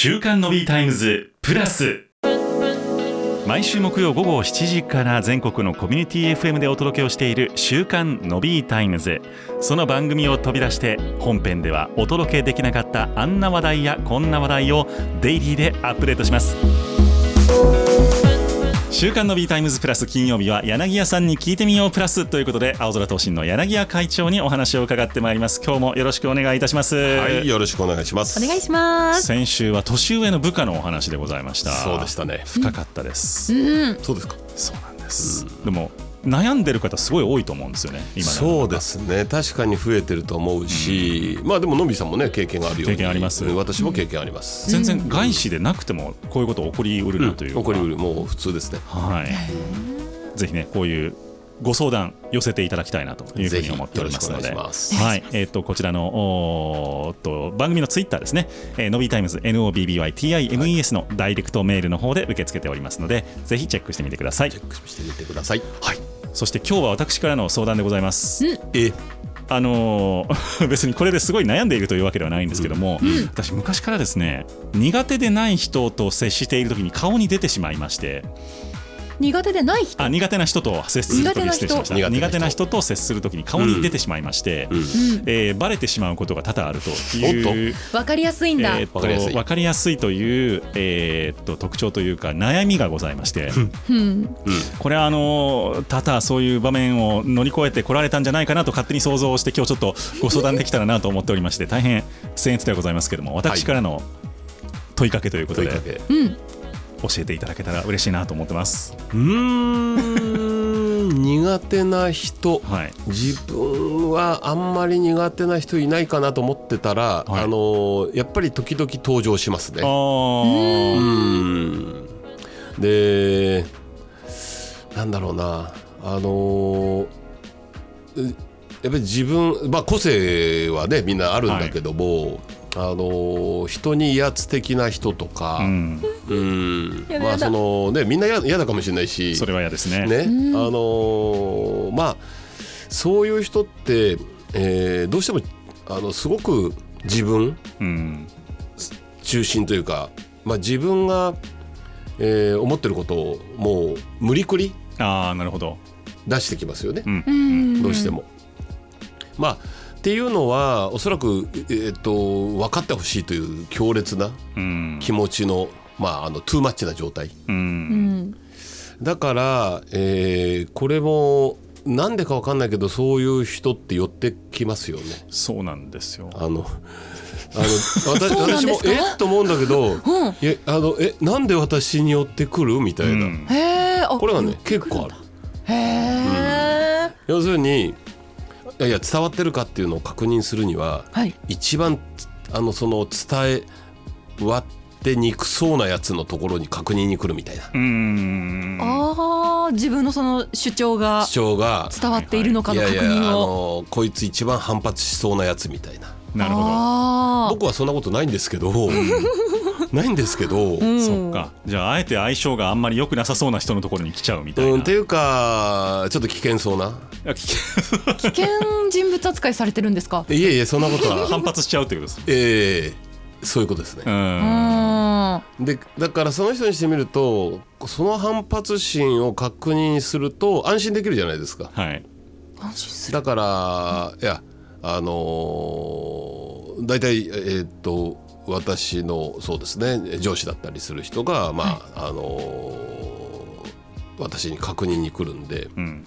週刊の B タイムズプラス、毎週木曜午後7時から全国のコミュニティ FM でお届けをしている週刊の B タイムズ。その番組を飛び出して本編ではお届けできなかったあんな話題やこんな話題をデイリーでアップデートします。週刊の B タイムズプラス、金曜日は柳家さんに聞いてみようプラスということで、青空投信の柳家会長にお話を伺ってまいります。今日もよろしくお願いいたします。 はい、よろしくお願いします。 お願いします。 先週は年上の部下のお話でございました。 そうでしたね。 深かったです、 そうですか。 そうなんです、でも悩んでる方すごい多いと思うんですよね、今。 そうですね、確かに増えてると思うし、まあでものびさんもね経験があるように。 経験あります。 私も経験あります、 全然外資でなくてもこういうこと起こりうるなというか、 起こりうる、もう普通ですね。 はい、ぜひねこういうご相談寄せていただきたいなというふうに思っておりますので、はい、こちらの番組のツイッターですね、のびタイムズ NOBBYTIMES のダイレクトメールの方で受け付けておりますので、ぜひチェックしてみてください。 チェックしてみてください。 はい、そして今日は私からの相談でございます。別にこれですごい悩んでいるというわけではないんですけども、私昔からですね、苦手でない人と接している時に顔に出てしまいまして。 苦手でない人、 苦手な人と接するときに失礼しました。苦手な人と接するときに顔に出てしまいまして、バレてしまうことが多々あるという。 分かりやすいんだ。 分かりやすいという、特徴というか悩みがございまして、これは多々そういう場面を乗り越えてこられたんじゃないかなと勝手に想像して、今日ちょっとご相談できたらなと思っておりまして、大変僭越ではございますけども、私からの問いかけということで、教えていただけたら嬉しいなと思ってます。 苦手な人、はい、自分はあんまり苦手な人いないかなと思ってたら、はい、やっぱり時々登場しますね。で、なんだろうな、やっぱり自分、個性はねみんなあるんだけども、人に威圧的な人とか、みんな嫌だかもしれないし、 それは嫌ですね。 そういう人って、どうしてもすごく自分、中心というか、自分が、思ってることをもう無理くり出してきますよね、どうしても。っていうのはおそらく、分かってほしいという強烈な気持ちの、トゥーマッチな状態、だから、これもなんでか分かんないけど、そういう人って寄ってきますよね。 そうなんですよ。 私もと思うんだけど、なんで私に寄ってくるみたいな、これはね結構ある。要するに伝わってるかっていうのを確認するには、一番その伝え割ってにくそうなやつのところに確認に来るみたいな。 自分のその主張が伝わっているのかの確認を。 こいつ一番反発しそうなやつみたいな。 なるほど。 僕はそんなことないんですけどないんですけど、 そっか。じゃああえて相性があんまり良くなさそうな人のところに来ちゃうみたいな、 っていうかちょっと危険そうな。 危険人物扱いされてるんですか。 いえそんなことは反発しちゃうということです。 そういうことですね。でだからその人にしてみると、その反発心を確認すると安心できるじゃないですか。 はい、 安心する。 だからだいたい私のそうですね、上司だったりする人が、私に確認に来るんで、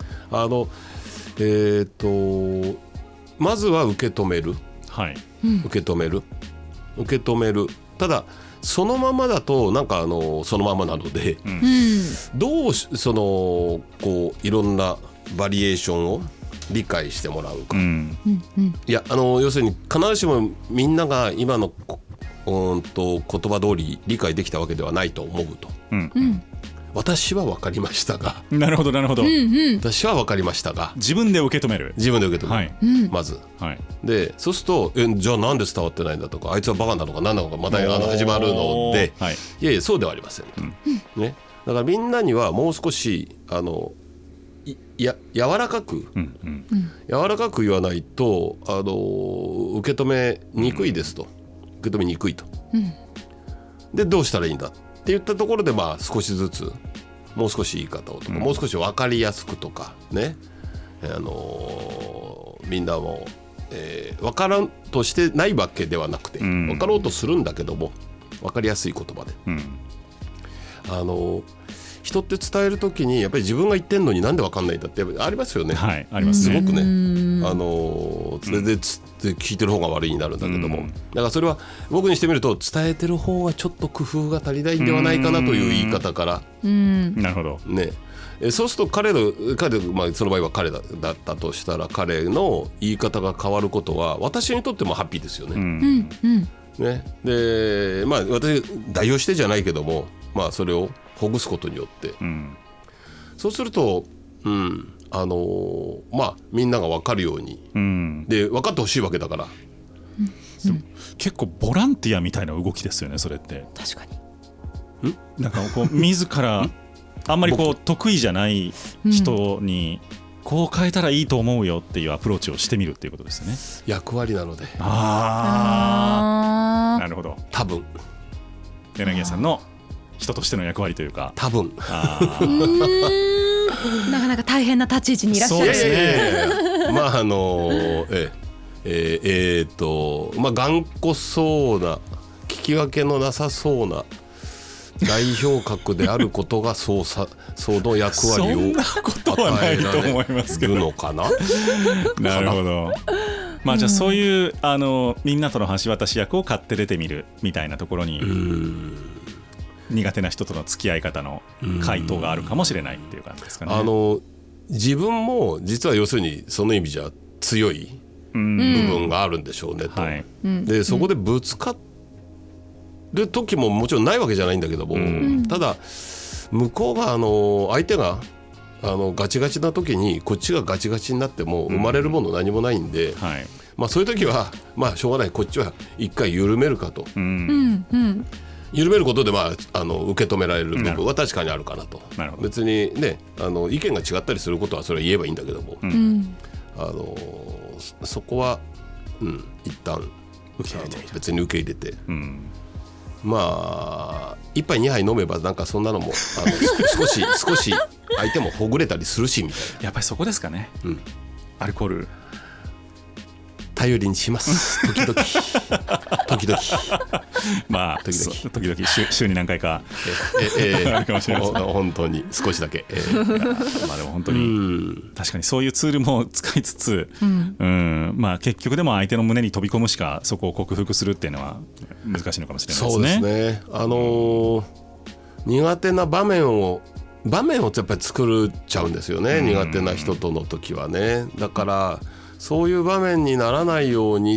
まずは受け止める、受け止める。ただそのままだとなんかそのままなので、どうこういろんなバリエーションを理解してもらうか、いや要するに必ずしもみんなが今の言葉通り理解できたわけではないと思うと、私は分かりましたが。 なるほどなるほど、 私は分かりましたが、 自分で受け止める、 まず、でそうするとじゃあなんで伝わってないんだとか、あいつはバカなのか何なのかまた始まるので、いやいやそうではありませんと、ね、だからみんなにはもう少し柔らかく言わないと受け止めにくいですと、受け止めにくいと、 でどうしたらいいんだって言ったところで、まあ少しずつもう少し言い方をとか、もう少し分かりやすくとかね、みんなも、分からんとしてないわけではなくて、分かろうとするんだけども分かりやすい言葉で、人って伝えるときにやっぱり自分が言ってんのになんで分かんないんだってやっぱりありますよね。 はい、ありますね。 すごくね、それで聞いてる方が悪いになるんだけども、だからそれは僕にしてみると伝えてる方がちょっと工夫が足りないんではないかなという言い方から、 なるほどね。そうすると彼、まあ、その場合は彼だったとしたら彼の言い方が変わることは私にとってもハッピーですよね。ね、で、まあ、私代表してじゃないけども、まあ、それをほぐすことによって、そうすると、まあ、みんなが分かるように、で分かってほしいわけだから、 結構ボランティアみたいな動きですよね、それって。 確かに。 なんかこう自らあんまりこう得意じゃない人にこう変えたらいいと思うよっていうアプローチをしてみるっていうことですね。 役割なので。 なるほど。 多分柳家さんの人としての役割というか、 多分なかなか大変な立ち位置にいらっしゃる。 そうですね。 まあまあ頑固そうな、聞き分けのなさそうな代表格であることがその役割を与えられるのかな。 なるほど。まあじゃあそういうみんなとの橋渡し役を買って出てみるみたいなところに苦手な人との付き合い方の回答があるかもしれないっていう感じですかね。 自分も実は要するにその意味じゃ強い部分があるんでしょうねと、でそこでぶつかる時ももちろんないわけじゃないんだけども、ただ向こうが相手がガチガチな時にこっちがガチガチになっても生まれるもの何もないんで、まあ、そういう時はまあしょうがない、こっちは一回緩めるかと、緩めることで、まあ、受け止められる部分は確かにあるかなと。別にね意見が違ったりすることはそれは言えばいいんだけども、そこは、一旦別に受け入れて、まあ1杯2杯飲めばなんかそんなのも少し相手もほぐれたりするしみたいな。 やっぱりそこですかね、アルコール頼りにします時々 まあ時々週に何回かあるかもしれないですね。 本当に少しだけ、 まあでも本当に確かにそういうツールも使いつつ、まあ結局でも相手の胸に飛び込むしかそこを克服するっていうのは難しいのかもしれないですね。 そうですね。苦手な場面をやっぱり作っちゃうんですよね、苦手な人との時はね。だからそういう場面にならないように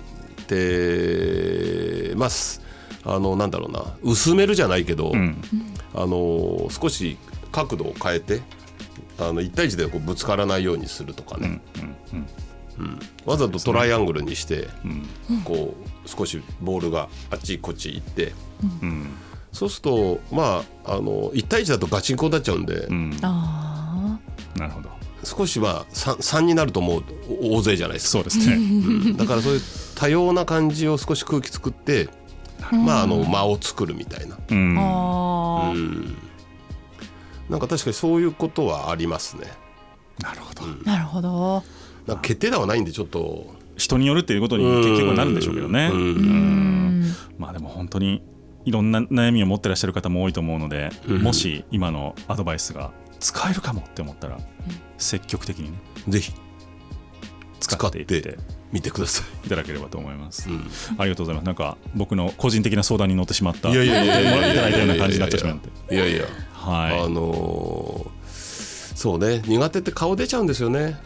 ってまあなんだろうな、薄めるじゃないけど、少し角度を変えて1対1でこうぶつからないようにするとかね、わざとトライアングルにして、こう少しボールがあっちこっち行って、そうするとまあ1対1だとガチンコになっちゃうんで、 なるほど。 少しは 3になるともう大勢じゃないですか。 そうですね、 だからそういう多様な感じを少し空気作って、まあ、間を作るみたいな、なんか確かにそういうことはありますね。 なるほど、 なるほど。 なんか決定打はないんでちょっと人によるっていうことに結局はなるんでしょうけどね。まあでも本当にいろんな悩みを持ってらっしゃる方も多いと思うので、もし今のアドバイスが使えるかもって思ったら積極的にね、 ぜひ使っていってみてくださいただければと思います。ありがとうございます。なんか僕の個人的な相談に乗ってしまった、 いただいたような感じになってしまって、 そうね、苦手って顔出ちゃうんですよね。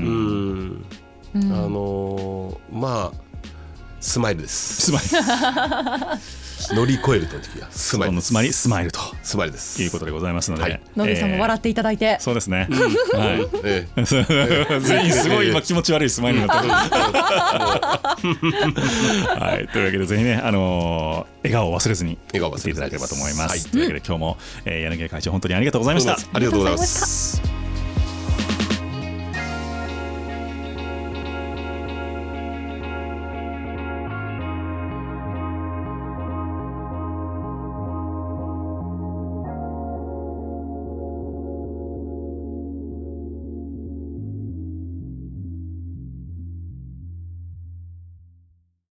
まあスマイルです。乗り越えるときはスマイルです。 スマイルとですいうことでございますので、 野口さんも笑っていただいて、 そうですね。全員すごい今気持ち悪いスマイルになってる。はい、というわけでぜひね笑顔を忘れずに見ていただければと思います。というわけで今日も柳家会長本当にありがとうございました。 ありがとうございます。